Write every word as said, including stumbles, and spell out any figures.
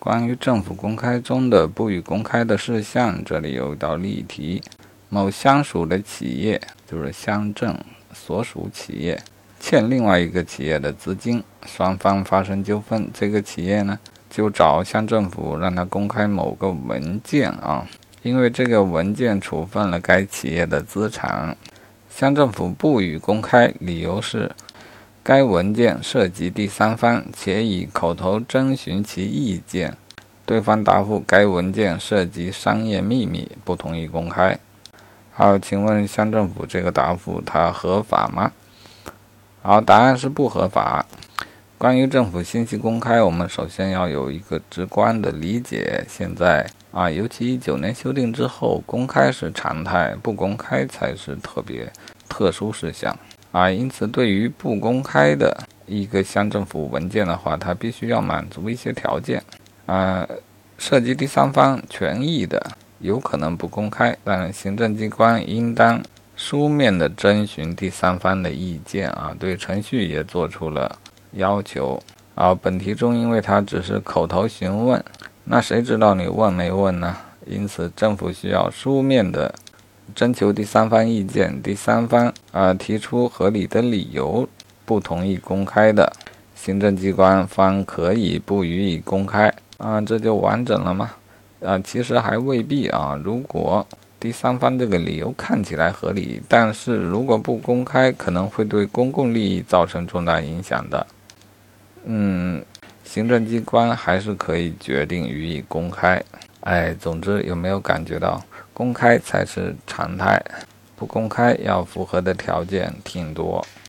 关于政府公开中的不予公开的事项，这里有一道例题：某乡属的企业，就是乡镇所属企业，欠另外一个企业的资金，双方发生纠纷，这个企业呢就找乡政府让他公开某个文件啊，因为这个文件处分了该企业的资产，乡政府不予公开，理由是该文件涉及第三方，且已口头征询其意见，对方答复该文件涉及商业秘密，不同意公开。好，请问乡政府这个答复它合法吗？好，答案是不合法。关于政府信息公开，我们首先要有一个直观的理解。现在啊，尤其一九年修订之后，公开是常态，不公开才是特别特殊事项啊。因此，对于不公开的一个乡政府文件的话，它必须要满足一些条件啊，涉及第三方权益的，有可能不公开，但行政机关应当书面的征询第三方的意见啊，对程序也做出了要求啊。本题中因为它只是口头询问，那谁知道你问没问呢？因此政府需要书面的征求第三方意见，第三方啊提出合理的理由不同意公开的，行政机关方可以不予以公开啊，这就完整了吗？啊，其实还未必啊。如果第三方这个理由看起来合理，但是如果不公开，可能会对公共利益造成重大影响的。嗯，行政机关还是可以决定予以公开。哎，总之有没有感觉到公开才是常态，不公开要符合的条件挺多。